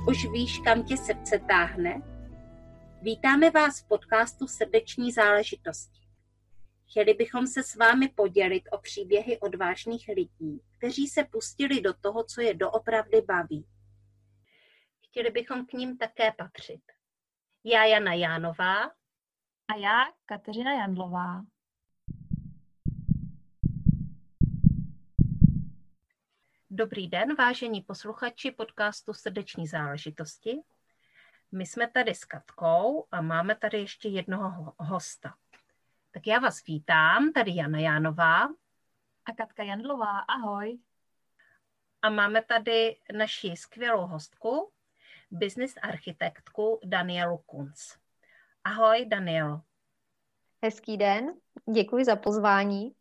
Už víš, kam tě srdce táhne? Vítáme vás v podcastu Srdeční záležitosti. Chtěli bychom se s vámi podělit o příběhy odvážných lidí, kteří se pustili do toho, co je doopravdy baví. Chtěli bychom k ním také patřit. Já Jana Jánová a já Kateřina Jandlová. Dobrý den, vážení posluchači podcastu Srdeční záležitosti. My jsme tady s Katkou a máme tady ještě jednoho hosta. Tak já vás vítám, tady Jana Jánová. A Katka Jandlová, ahoj. A máme tady naši skvělou hostku, business architektku Danielu Kunc. Ahoj, Danielo. Hezký den, děkuji za pozvání.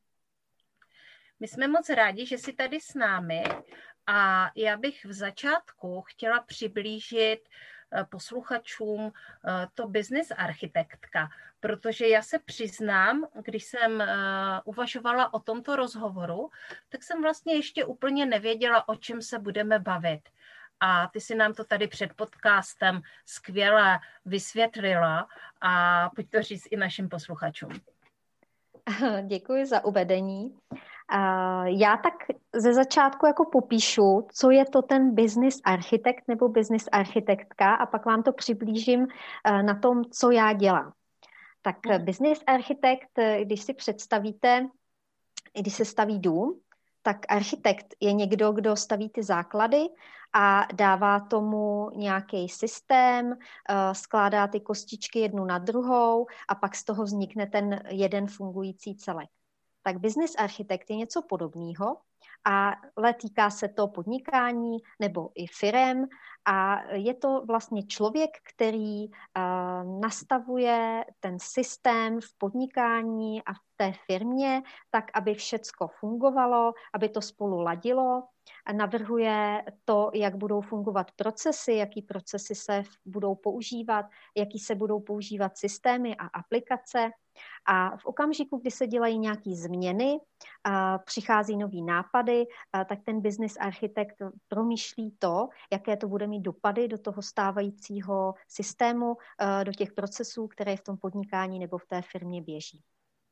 My jsme moc rádi, že jsi tady s námi a já bych v začátku chtěla přiblížit posluchačům to business architektka, protože já se přiznám, když jsem uvažovala o tomto rozhovoru, tak jsem vlastně ještě úplně nevěděla, o čem se budeme bavit. A ty si nám to tady před podcastem skvěle vysvětlila a pojď to říct i našim posluchačům. Děkuji za uvedení. Já tak ze začátku jako popíšu, co je to ten business architekt nebo business architektka a pak vám to přiblížím na tom, co já dělám. Tak business architekt, když si představíte, když se staví dům, tak architekt je někdo, kdo staví ty základy a dává tomu nějaký systém, skládá ty kostičky jednu na druhou a pak z toho vznikne ten jeden fungující celek. Tak business architekt je něco podobného, ale týká se to podnikání nebo i firem a je to vlastně člověk, který nastavuje ten systém v podnikání a v té firmě tak, aby všecko fungovalo, aby to spolu ladilo. Navrhuje to, jak budou fungovat procesy, jaký procesy se budou používat, jaký se budou používat systémy a aplikace. A v okamžiku, kdy se dělají nějaké změny, přichází nový nápady, tak ten business architekt promýšlí to, jaké to bude mít dopady do toho stávajícího systému, do těch procesů, které v tom podnikání nebo v té firmě běží.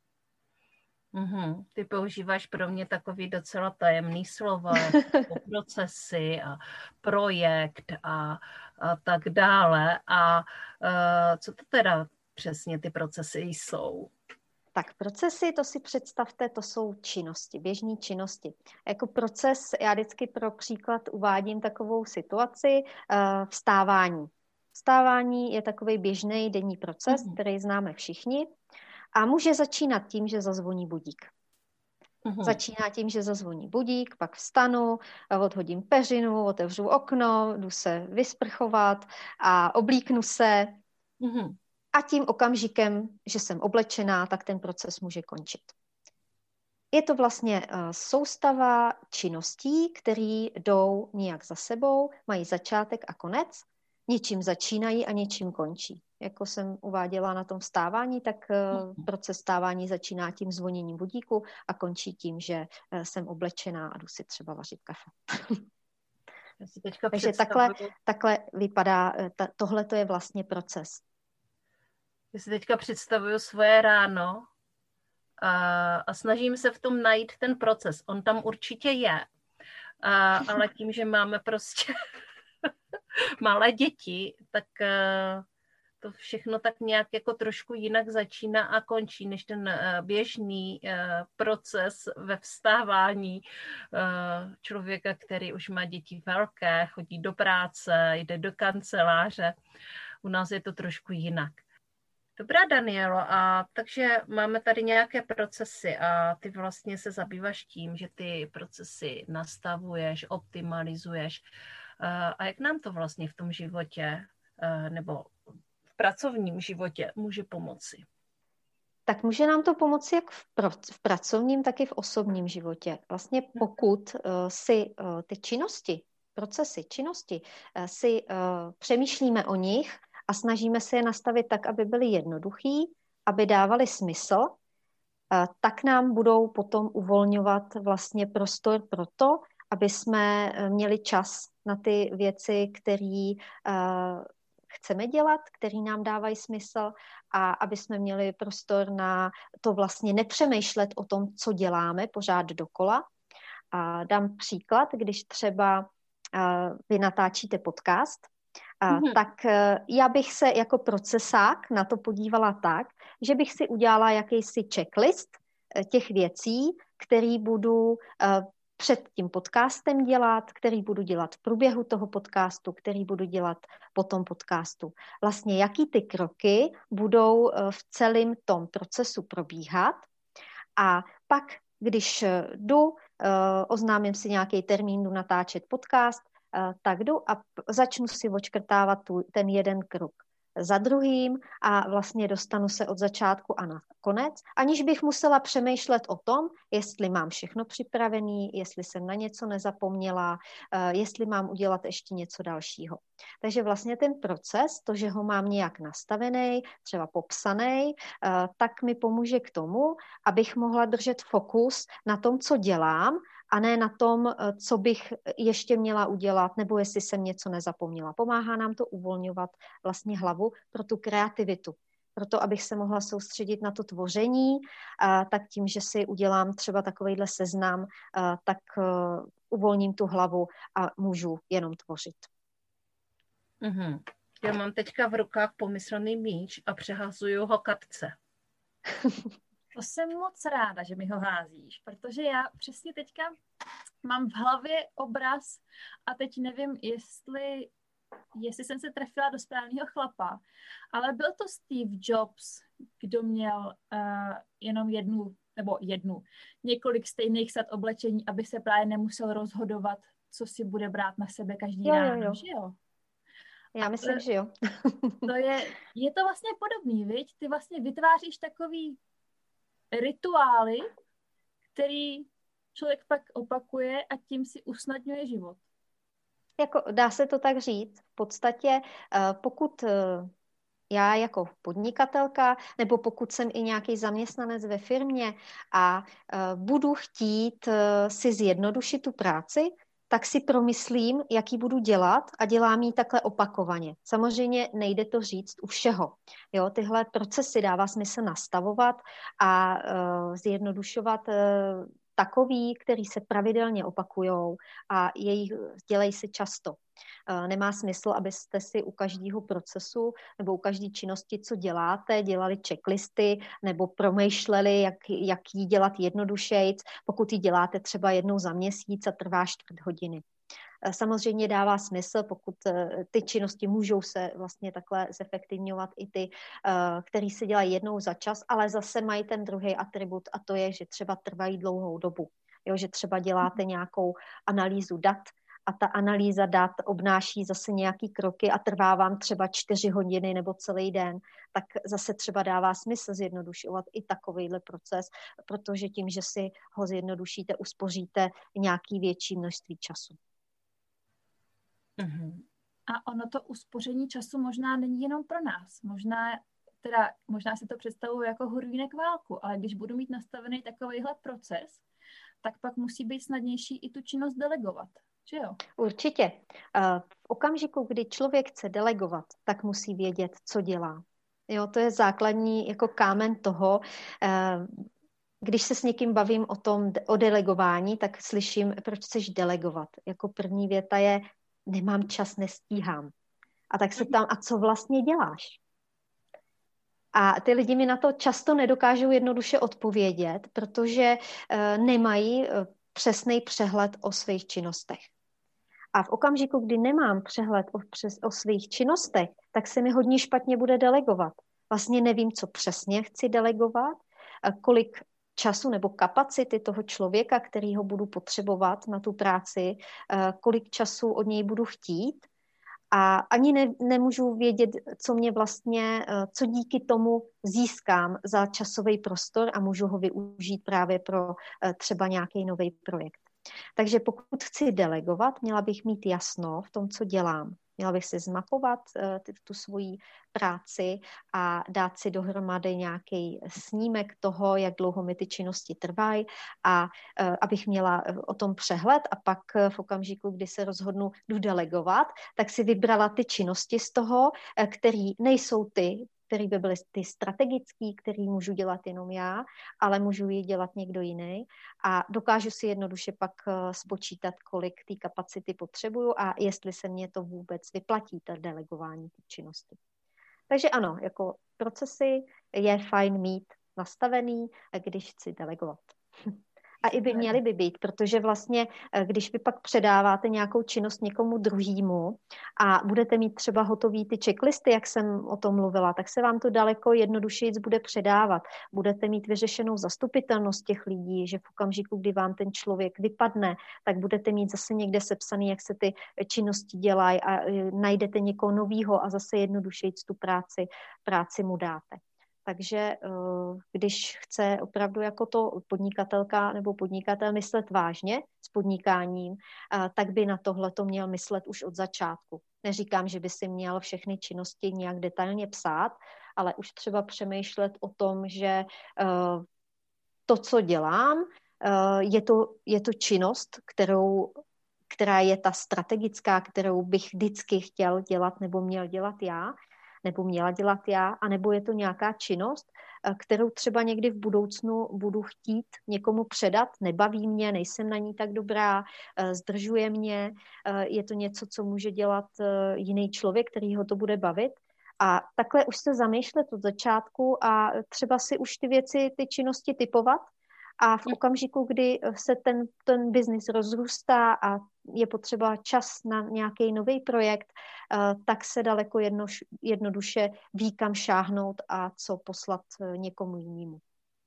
Ty používáš pro mě takový docela tajemný slova, procesy a projekt a tak dále. A co to teda přesně ty procesy jsou? Tak procesy, to si představte, to jsou činnosti, běžné činnosti. Jako proces, já vždycky pro příklad uvádím takovou situaci vstávání. Vstávání je takový běžný denní proces, který známe všichni a může začínat tím, že zazvoní budík. Začíná tím, že zazvoní budík, pak vstanu, odhodím peřinu, otevřu okno, jdu se vysprchovat a oblíknu se. A tím okamžikem, že jsem oblečená, tak ten proces může končit. Je to vlastně soustava činností, které jdou nějak za sebou, mají začátek a konec, něčím začínají a něčím končí. Jako jsem uváděla na tom vstávání, tak proces vstávání začíná tím zvoněním budíku a končí tím, že jsem oblečená a jdu si třeba vařit kafe. Takže takhle vypadá, tohle to je vlastně proces. Já si teďka představuju svoje ráno a snažím se v tom najít ten proces. On tam určitě je, ale tím, že máme prostě malé děti, tak to všechno tak nějak jako trošku jinak začíná a končí, než ten běžný proces ve vstávání člověka, který už má děti velké, chodí do práce, jde do kanceláře. U nás je to trošku jinak. Dobrá, Danielo, a takže máme tady nějaké procesy a ty vlastně se zabýváš tím, že ty procesy nastavuješ, optimalizuješ. A jak nám to vlastně v tom životě nebo v pracovním životě může pomoci? Tak může nám to pomoci jak v pracovním, tak i v osobním životě. Vlastně pokud si ty činnosti, procesy, činnosti, si přemýšlíme o nich a snažíme se je nastavit tak, aby byly jednoduchý, aby dávaly smysl, tak nám budou potom uvolňovat vlastně prostor pro to, aby jsme měli čas na ty věci, které chceme dělat, které nám dávají smysl a aby jsme měli prostor na to vlastně nepřemýšlet o tom, co děláme pořád dokola. A dám příklad, když třeba vy natáčíte podcast, tak já bych se jako procesák na to podívala tak, že bych si udělala jakýsi checklist těch věcí, který budu před tím podcastem dělat, který budu dělat v průběhu toho podcastu, který budu dělat po tom podcastu. Vlastně jaký ty kroky budou v celém tom procesu probíhat a pak, když jdu, oznámím si nějaký termín, jdu natáčet podcast, tak jdu a začnu si odškrtávat ten jeden krok za druhým a vlastně dostanu se od začátku a na konec, aniž bych musela přemýšlet o tom, jestli mám všechno připravené, jestli jsem na něco nezapomněla, jestli mám udělat ještě něco dalšího. Takže vlastně ten proces, to, že ho mám nějak nastavený, třeba popsaný, tak mi pomůže k tomu, abych mohla držet fokus na tom, co dělám, a ne na tom, co bych ještě měla udělat, nebo jestli jsem něco nezapomněla. Pomáhá nám to uvolňovat vlastně hlavu pro tu kreativitu. Proto, abych se mohla soustředit na to tvoření, tak tím, že si udělám třeba takovejhle seznam, tak uvolním tu hlavu a můžu jenom tvořit. Mm-hmm. Já mám teďka v rukách pomyslný míč a přehazuju ho Katce. To jsem moc ráda, že mi ho házíš, protože já přesně teďka mám v hlavě obraz a teď nevím, jestli jsem se trefila do správného chlapa, ale byl to Steve Jobs, kdo měl jenom několik stejných sad oblečení, aby se právě nemusel rozhodovat, co si bude brát na sebe každý ráno, že jo? Já myslím, že jo. Je to vlastně podobný, viď? Ty vlastně vytváříš takový rituály, který člověk pak opakuje a tím si usnadňuje život. Jako, dá se to tak říct. V podstatě, pokud já jako podnikatelka, nebo pokud jsem i nějaký zaměstnanec ve firmě a budu chtít si zjednodušit tu práci, tak si promyslím, jaký budu dělat a dělám ji takhle opakovaně. Samozřejmě nejde to říct u všeho. Jo, tyhle procesy dává smysl nastavovat a zjednodušovat takový, který se pravidelně opakujou a dělají se často. Nemá smysl, abyste si u každého procesu nebo u každé činnosti, co děláte, dělali checklisty nebo promýšleli, jak ji dělat jednodušejc, pokud ji děláte třeba jednou za měsíc a trvá 4 hodiny. Samozřejmě dává smysl, pokud ty činnosti můžou se vlastně takhle zefektivňovat i ty, které se dělají jednou za čas, ale zase mají ten druhý atribut a to je, že třeba trvají dlouhou dobu. Jo, že třeba děláte nějakou analýzu dat a ta analýza dat obnáší zase nějaký kroky a trvá vám třeba 4 hodiny nebo celý den, tak zase třeba dává smysl zjednodušovat i takovejhle proces, protože tím, že si ho zjednodušíte, uspoříte nějaký větší množství času. Mm-hmm. A ono to uspoření času možná není jenom pro nás. Možná si to představuji jako hurvínek válku, ale když budu mít nastavený takovýhle proces, tak pak musí být snadnější i tu činnost delegovat. Že jo? Určitě. V okamžiku, kdy člověk chce delegovat, tak musí vědět, co dělá. Jo, to je základní jako kámen toho. Když se s někým bavím o delegování, tak slyším, proč chceš delegovat. Jako první věta je, nemám čas, nestíhám. A tak se tam, a co vlastně děláš? A ty lidi mi na to často nedokážou jednoduše odpovědět, protože nemají přesný přehled o svých činnostech. A v okamžiku, kdy nemám přehled o svých činnostech, tak se mi hodně špatně bude delegovat. Vlastně nevím, co přesně chci delegovat, kolik času nebo kapacity toho člověka, kterýho budu potřebovat na tu práci, kolik času od něj budu chtít. A ani nemůžu vědět, co díky tomu získám za časový prostor a můžu ho využít právě pro třeba nějaký nový projekt. Takže pokud chci delegovat, měla bych mít jasno v tom, co dělám. Měla bych si zmapovat tu svoji práci a dát si dohromady nějaký snímek toho, jak dlouho mi ty činnosti trvají a abych měla o tom přehled a pak v okamžiku, kdy se rozhodnu jdu delegovat, tak si vybrala ty činnosti z toho, který nejsou ty, který by byly ty strategický, který můžu dělat jenom já, ale můžu ji dělat někdo jiný a dokážu si jednoduše pak spočítat, kolik té kapacity potřebuju a jestli se mně to vůbec vyplatí, to delegování těch činností. Takže ano, jako procesy je fajn mít nastavený, když chci delegovat. A i by měly by být, protože vlastně, když vy pak předáváte nějakou činnost někomu druhému a budete mít třeba hotový ty checklisty, jak jsem o tom mluvila, tak se vám to daleko jednodušeji bude předávat. Budete mít vyřešenou zastupitelnost těch lidí, že v okamžiku, kdy vám ten člověk vypadne, tak budete mít zase někde sepsaný, jak se ty činnosti dělají a najdete někoho novýho a zase jednodušeji tu práci mu dáte. Takže když chce opravdu jako to podnikatelka nebo podnikatel myslet vážně s podnikáním, tak by na tohle to měl myslet už od začátku. Neříkám, že by si měl všechny činnosti nějak detailně psát, ale už třeba přemýšlet o tom, že to, co dělám, je to činnost, která je ta strategická, kterou bych vždycky chtěl dělat nebo měl dělat já, nebo měla dělat já, anebo je to nějaká činnost, kterou třeba někdy v budoucnu budu chtít někomu předat, nebaví mě, nejsem na ní tak dobrá, zdržuje mě, je to něco, co může dělat jiný člověk, který ho to bude bavit. A takhle už se zamýšlet od začátku a třeba si už ty věci, ty činnosti typovat a v okamžiku, kdy se ten biznis rozrůstá a je potřeba čas na nějaký nový projekt, tak se daleko jednoduše ví, kam šáhnout a co poslat někomu jinému.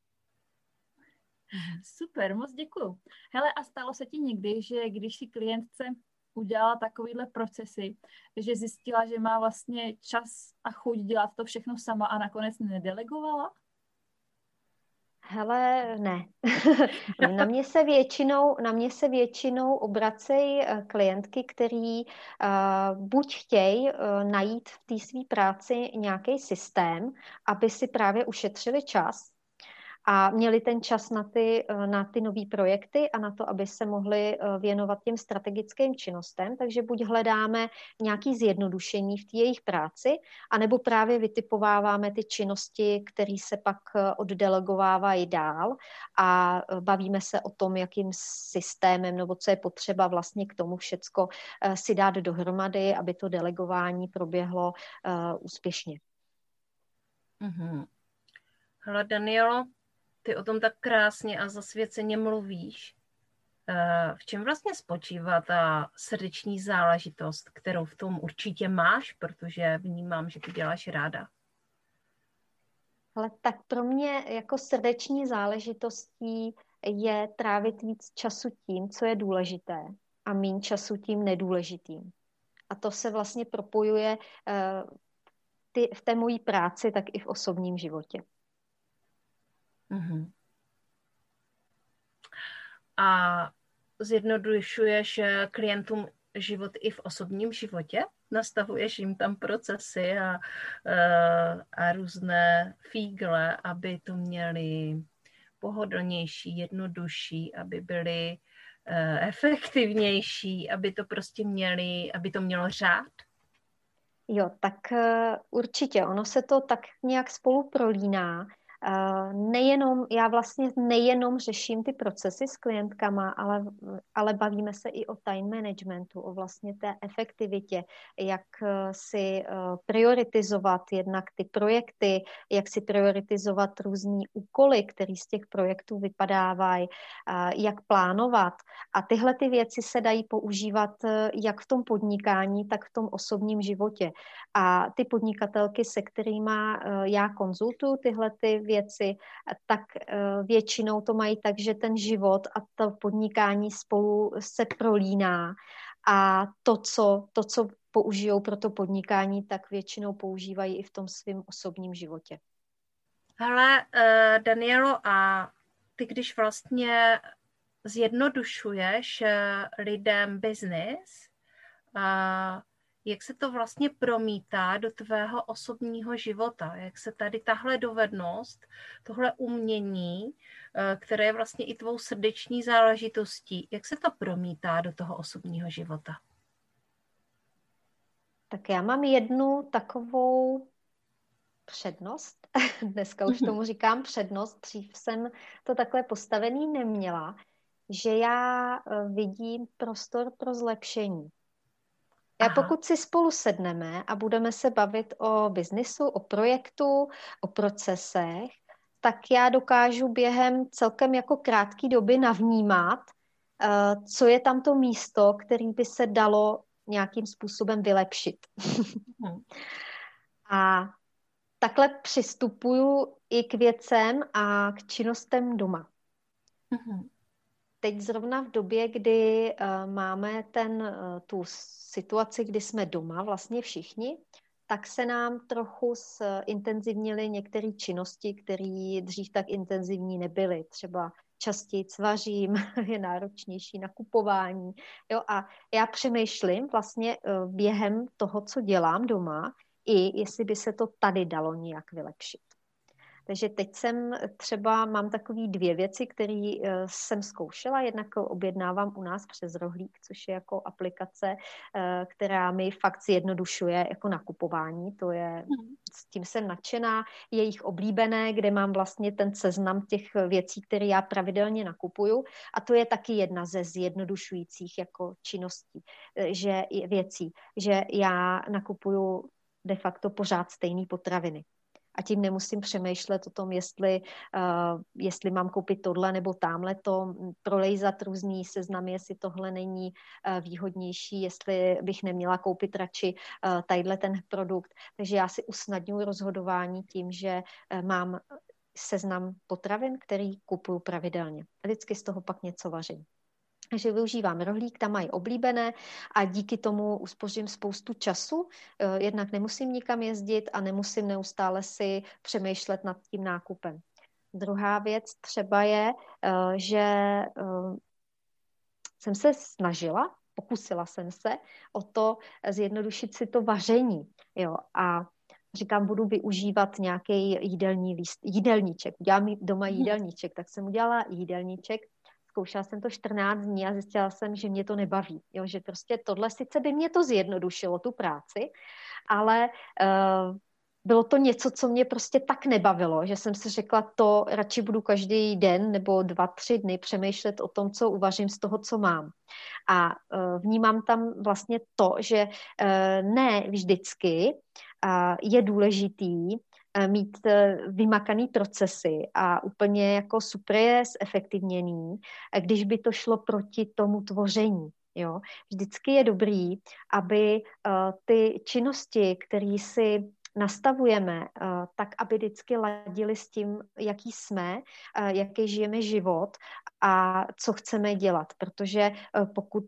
Super, moc děkuju. Hele, a stalo se ti někdy, že když si klientce udělala takovýhle procesy, že zjistila, že má vlastně čas a chuť dělat to všechno sama a nakonec nedelegovala? Hele, ne. Na mě se většinou obracejí klientky, který buď chtějí najít v té své práci nějaký systém, aby si právě ušetřili čas a měli ten čas na ty nové projekty a na to, aby se mohli věnovat těm strategickým činnostem. Takže buď hledáme nějaké zjednodušení v té jejich práci, anebo právě vytipováváme ty činnosti, které se pak oddelegovávají dál a bavíme se o tom, jakým systémem nebo co je potřeba vlastně k tomu všecko si dát dohromady, aby to delegování proběhlo úspěšně. Mm-hmm. Hele, Danielo, ty o tom tak krásně a zasvěceně mluvíš. V čem vlastně spočívá ta srdeční záležitost, kterou v tom určitě máš, protože vnímám, že to děláš ráda? Ale tak pro mě jako srdeční záležitostí je trávit víc času tím, co je důležité a méně času tím nedůležitým. A to se vlastně propojuje v té mojí práci, tak i v osobním životě. Mm-hmm. A zjednodušuješ klientům život i v osobním životě? Nastavuješ jim tam procesy a různé fígle, aby to měli pohodlnější, jednodušší, aby byli efektivnější, aby to prostě aby to mělo řád? Jo, tak určitě. Ono se to tak nějak spolu prolíná. Já vlastně nejenom řeším ty procesy s klientkama, ale bavíme se i o time managementu, o vlastně té efektivitě, jak si prioritizovat jednak ty projekty, jak si prioritizovat různý úkoly, které z těch projektů vypadávají, jak plánovat. A tyhle ty věci se dají používat jak v tom podnikání, tak v tom osobním životě. A ty podnikatelky, se kterými já konzultuju tyhle ty věci, tak většinou to mají tak, že ten život a to podnikání spolu se prolíná a to, co použijou pro to podnikání, tak většinou používají i v tom svém osobním životě. Hele, Danielo, a ty když vlastně zjednodušuješ lidem biznis, jak se to vlastně promítá do tvého osobního života, jak se tady tahle dovednost, tohle umění, které je vlastně i tvou srdeční záležitostí, jak se to promítá do toho osobního života? Tak já mám jednu takovou přednost. Dneska už tomu říkám přednost. Dřív jsem to takhle postavený neměla, že já vidím prostor pro zlepšení. Pokud si spolu sedneme a budeme se bavit o biznisu, o projektu, o procesech, tak já dokážu během celkem jako krátké doby navnímat, co je tam to místo, který by se dalo nějakým způsobem vylepšit. A takhle přistupuju i k věcem a k činnostem doma. Teď zrovna v době, kdy máme tu situaci, kdy jsme doma vlastně všichni, tak se nám trochu zintenzivnily některé činnosti, které dřív tak intenzivní nebyly. Třeba častěji vařím, je náročnější nakupování. Jo? A já přemýšlím vlastně během toho, co dělám doma, i jestli by se to tady dalo nějak vylepšit. Takže teď mám takový 2 věci, které jsem zkoušela. Jednak objednávám u nás přes Rohlík, což je jako aplikace, která mi fakt zjednodušuje jako nakupování. S tím jsem nadšená. Je jich oblíbené, kde mám vlastně ten seznam těch věcí, které já pravidelně nakupuju. A to je taky jedna ze zjednodušujících jako činností, věcí, že já nakupuju de facto pořád stejné potraviny. A tím nemusím přemýšlet o tom, jestli mám koupit tohle nebo tamhleto, prolejzat různý seznamy, jestli tohle není výhodnější, jestli bych neměla koupit radši tadyhle ten produkt. Takže já si usnadňuji rozhodování tím, že mám seznam potravin, který kupuju pravidelně. Vždycky z toho pak něco vařím. Takže využívám Rohlík, tam mají oblíbené a díky tomu uspořím spoustu času. Jednak nemusím nikam jezdit a nemusím neustále si přemýšlet nad tím nákupem. Druhá věc třeba je, že jsem se pokusila jsem se o to zjednodušit si to vaření. Jo, a říkám, budu využívat nějaký jídelníček. Udělám doma jídelníček, tak jsem udělala jídelníček. Zkoušela jsem to 14 dní a zjistila jsem, že mě to nebaví. Jo, že prostě tohle sice by mě to zjednodušilo, tu práci, ale bylo to něco, co mě prostě tak nebavilo, že jsem si řekla, to radši budu každý den nebo 2-3 dny přemýšlet o tom, co uvařím z toho, co mám. A vnímám tam vlastně to, že ne vždycky je důležitý mít vymakaný procesy a úplně jako super je zefektivněný, když by to šlo proti tomu tvoření. Jo? Vždycky je dobrý, aby ty činnosti, které si nastavujeme, tak aby vždycky ladili s tím, jaký jsme, jaký žijeme život a co chceme dělat. Protože pokud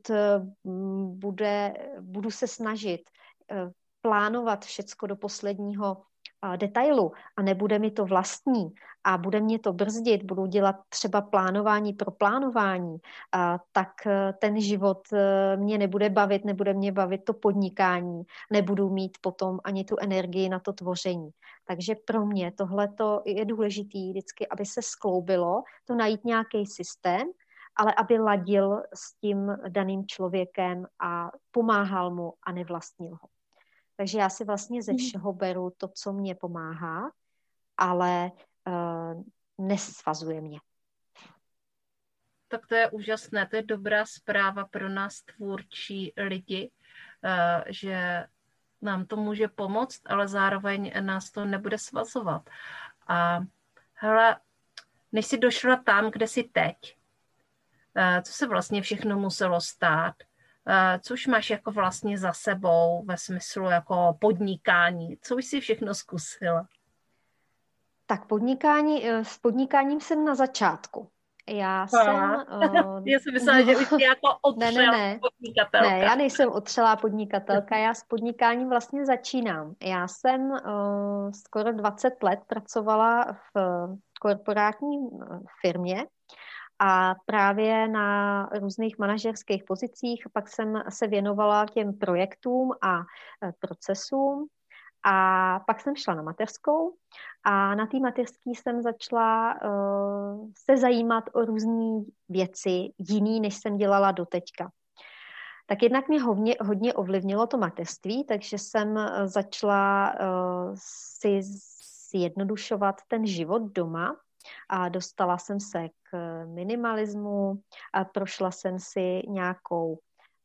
budu se snažit plánovat všecko do posledního detailu a nebude mi to vlastní a bude mě to brzdit, budu dělat třeba plánování pro plánování, tak ten život mě nebude bavit, nebude mě bavit to podnikání, nebudu mít potom ani tu energii na to tvoření. Takže pro mě tohleto je důležitý vždycky, aby se skloubilo, to najít nějaký systém, ale aby ladil s tím daným člověkem a pomáhal mu a nevlastnil ho. Takže já si vlastně ze všeho beru to, co mě pomáhá, ale nesvazuje mě. Tak to je úžasné, to je dobrá zpráva pro nás tvůrčí lidi, že nám to může pomoct, ale zároveň nás to nebude svazovat. A hele, než jsi došla tam, kde jsi teď, co se vlastně všechno muselo stát, co už máš jako vlastně za sebou ve smyslu jako podnikání, co už jsi všechno zkusila? Tak s podnikáním jsem na začátku. Já jsem myslela, že už jsi jako otřelá podnikatelka. Ne, já nejsem otřelá podnikatelka, já s podnikáním vlastně začínám. Já jsem skoro 20 let pracovala v korporátní firmě A právě na různých manažerských pozicích pak jsem se věnovala těm projektům a procesům. A pak jsem šla na mateřskou a na té mateřské jsem začala se zajímat o různé věci, jiný, než jsem dělala doteďka. Tak jednak mě hodně ovlivnilo to mateřství, takže jsem začala si zjednodušovat ten život doma a dostala jsem se k minimalismu a prošla jsem si nějakou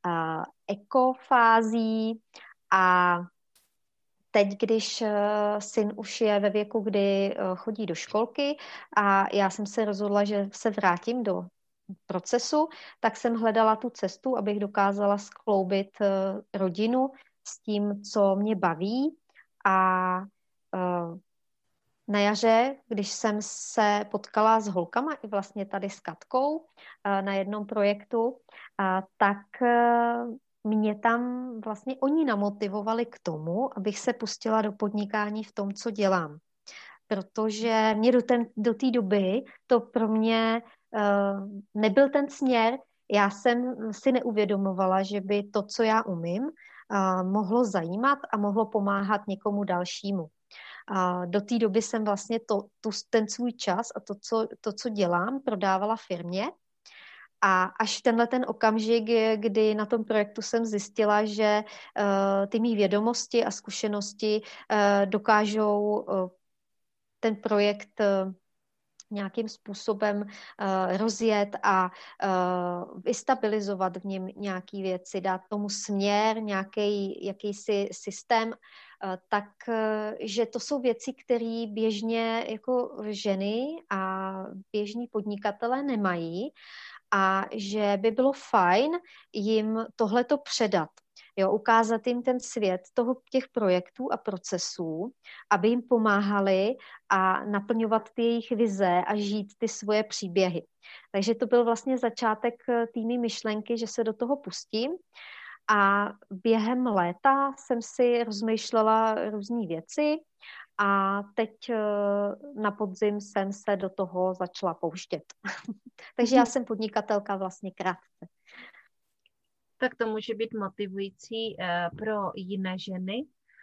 ekofází a teď, když syn už je ve věku, kdy chodí do školky a já jsem se rozhodla, že se vrátím do procesu, tak jsem hledala tu cestu, abych dokázala skloubit rodinu s tím, co mě baví. A na jaře, když jsem se potkala s holkama i vlastně tady s Katkou na jednom projektu, tak mě tam vlastně oni namotivovali k tomu, abych se pustila do podnikání v tom, co dělám. Protože mě do té doby to pro mě nebyl ten směr. Já jsem si neuvědomovala, že by to, co já umím, mohlo zajímat a mohlo pomáhat někomu dalšímu. Do té doby jsem vlastně ten svůj čas a to, co dělám, prodávala firmě. A až tenhle ten okamžik, kdy na tom projektu jsem zjistila, že ty mý vědomosti a zkušenosti dokážou ten projekt nějakým způsobem rozjet a vystabilizovat v něm nějaké věci, dát tomu směr, jakýsi systém, tak, že to jsou věci, které běžně jako ženy a běžní podnikatelé nemají a že by bylo fajn jim tohleto předat. Jo, ukázat jim ten svět těch projektů a procesů, aby jim pomáhali a naplňovat ty jejich vize a žít ty svoje příběhy. Takže to byl vlastně začátek té myšlenky, že se do toho pustím. A během léta jsem si rozmýšlela různé věci a teď na podzim jsem se do toho začala pouštět. Takže já jsem podnikatelka vlastně krátce. Tak to může být motivující pro jiné ženy.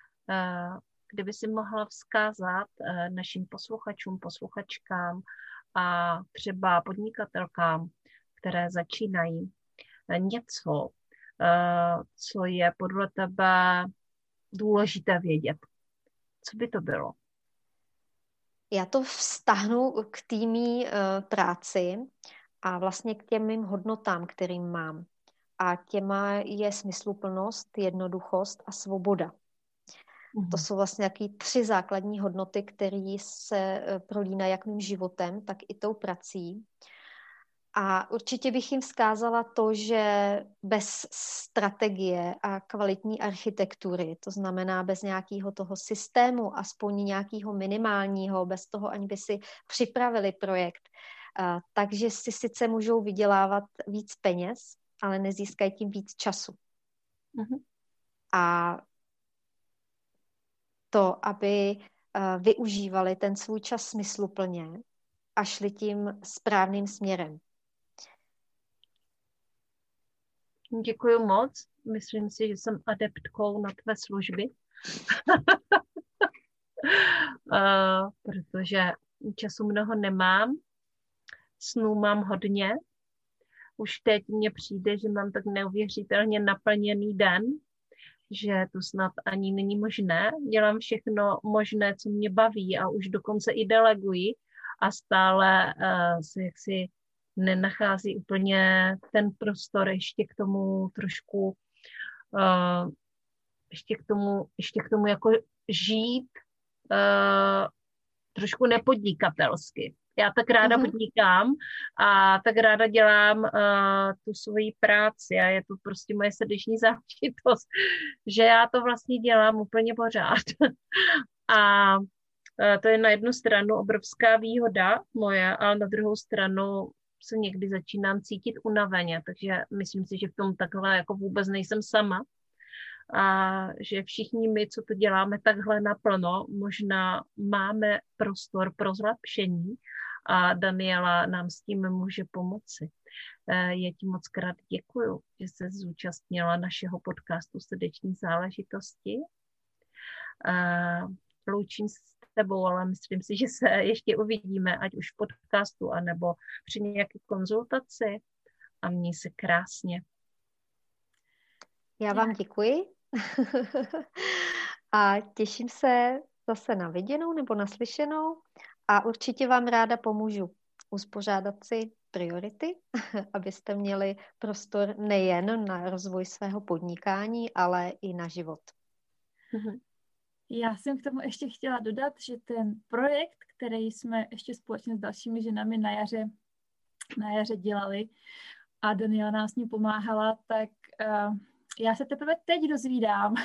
Kdyby si mohla vzkázat našim posluchačům, posluchačkám a třeba podnikatelkám, které začínají něco, co je podle tebe důležité vědět. Co by to bylo? Já to vztahnu k týmí práci a vlastně k těm mým hodnotám, kterým mám. A těma je smysluplnost, jednoduchost a svoboda. To jsou vlastně nějaké 3 základní hodnoty, které se prolínají jak mým životem, tak i tou prací. A určitě bych jim vzkázala to, že bez strategie a kvalitní architektury, to znamená bez nějakého toho systému, aspoň nějakého minimálního, bez toho, ani by si připravili projekt, takže si sice můžou vydělávat víc peněz, ale nezískají tím víc času. A to, aby využívali ten svůj čas smysluplně a šli tím správným směrem. Děkuji moc. Myslím si, že jsem adeptkou na tvé služby. Protože času mnoho nemám. Snů mám hodně. Už teď mně přijde, že mám tak neuvěřitelně naplněný den, že to snad ani není možné. Dělám všechno možné, co mě baví a už dokonce i deleguji a stále se jaksi nenachází úplně ten prostor ještě k tomu trošku ještě k tomu jako žít trošku nepodnikatelsky. Já tak ráda podnikám a tak ráda dělám tu svoji práci a je to prostě moje srdeční záležitost, že já to vlastně dělám úplně pořád. A to je na jednu stranu obrovská výhoda moje, ale na druhou stranu se někdy začínám cítit unaveně, takže myslím si, že v tom takhle jako vůbec nejsem sama. A že všichni my, co to děláme takhle naplno, možná máme prostor pro zlepšení, a Daniela nám s tím může pomoci. Já ti moc krát děkuju, že se zúčastnila našeho podcastu Srdeční záležitosti. Loučím se s tebou, ale myslím si, že se ještě uvidíme, ať už v podcastu, anebo při nějaké konzultaci, a měj se krásně. Já vám děkuji a těším se zase na viděnou nebo naslyšenou a určitě vám ráda pomůžu uspořádat si priority, abyste měli prostor nejen na rozvoj svého podnikání, ale i na život. Já jsem k tomu ještě chtěla dodat, že ten projekt, který jsme ještě společně s dalšími ženami na jaře dělali a Daniela nám s ním pomáhala, tak já se teprve teď dozvídám,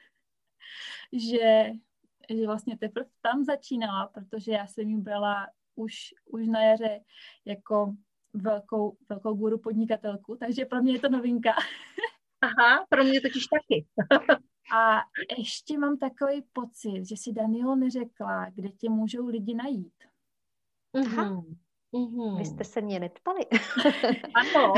že vlastně teprve tam začínala, protože já jsem ji brala už na jaře jako velkou guru podnikatelku, takže pro mě je to novinka. Aha, pro mě totiž taky. A ještě mám takový pocit, že si Daniela neřekla, kde tě můžou lidi najít. Aha. Vy jste se mě neptali. Ano.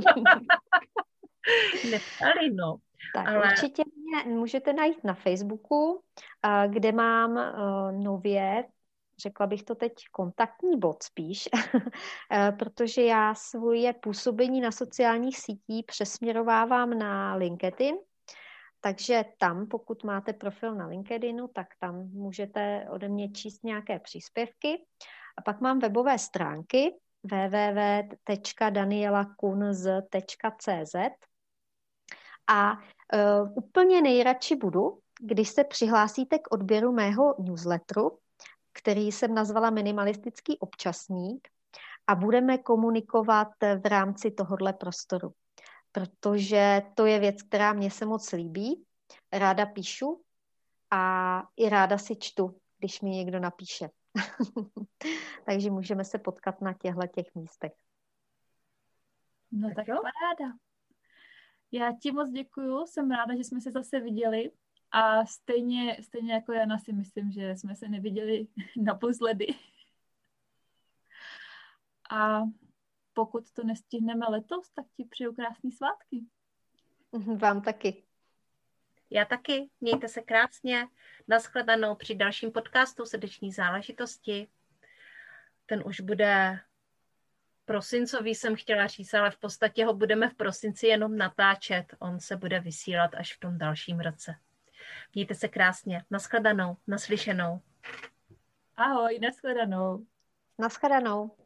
Neptali, no. Tak ale... určitě mě můžete najít na Facebooku, kde mám nově, řekla bych to teď, kontaktní bod spíš, protože já svoje působení na sociálních sítích přesměrovávám na LinkedIn, takže tam, pokud máte profil na LinkedInu, tak tam můžete ode mě číst nějaké příspěvky. A pak mám webové stránky www.danielakunz.cz a úplně nejradši budu, když se přihlásíte k odběru mého newsletteru, který jsem nazvala Minimalistický občasník, a budeme komunikovat v rámci tohohle prostoru, protože to je věc, která mě se moc líbí. Ráda píšu a i ráda si čtu, když mi někdo napíše. Takže můžeme se potkat na těch místech. No tak paráda. Já ti moc děkuju, jsem ráda, že jsme se zase viděli a stejně jako Jana si myslím, že jsme se neviděli naposledy. A pokud to nestihneme letos, tak ti přeju krásný svátky. Vám taky. Já taky. Mějte se krásně. Nashledanou při dalším podcastu Srdeční záležitosti. Ten už bude prosincový, jsem chtěla říct, ale v podstatě ho budeme v prosinci jenom natáčet. On se bude vysílat až v tom dalším roce. Mějte se krásně. Nashledanou, naslyšenou. Ahoj, nashledanou. Nashledanou.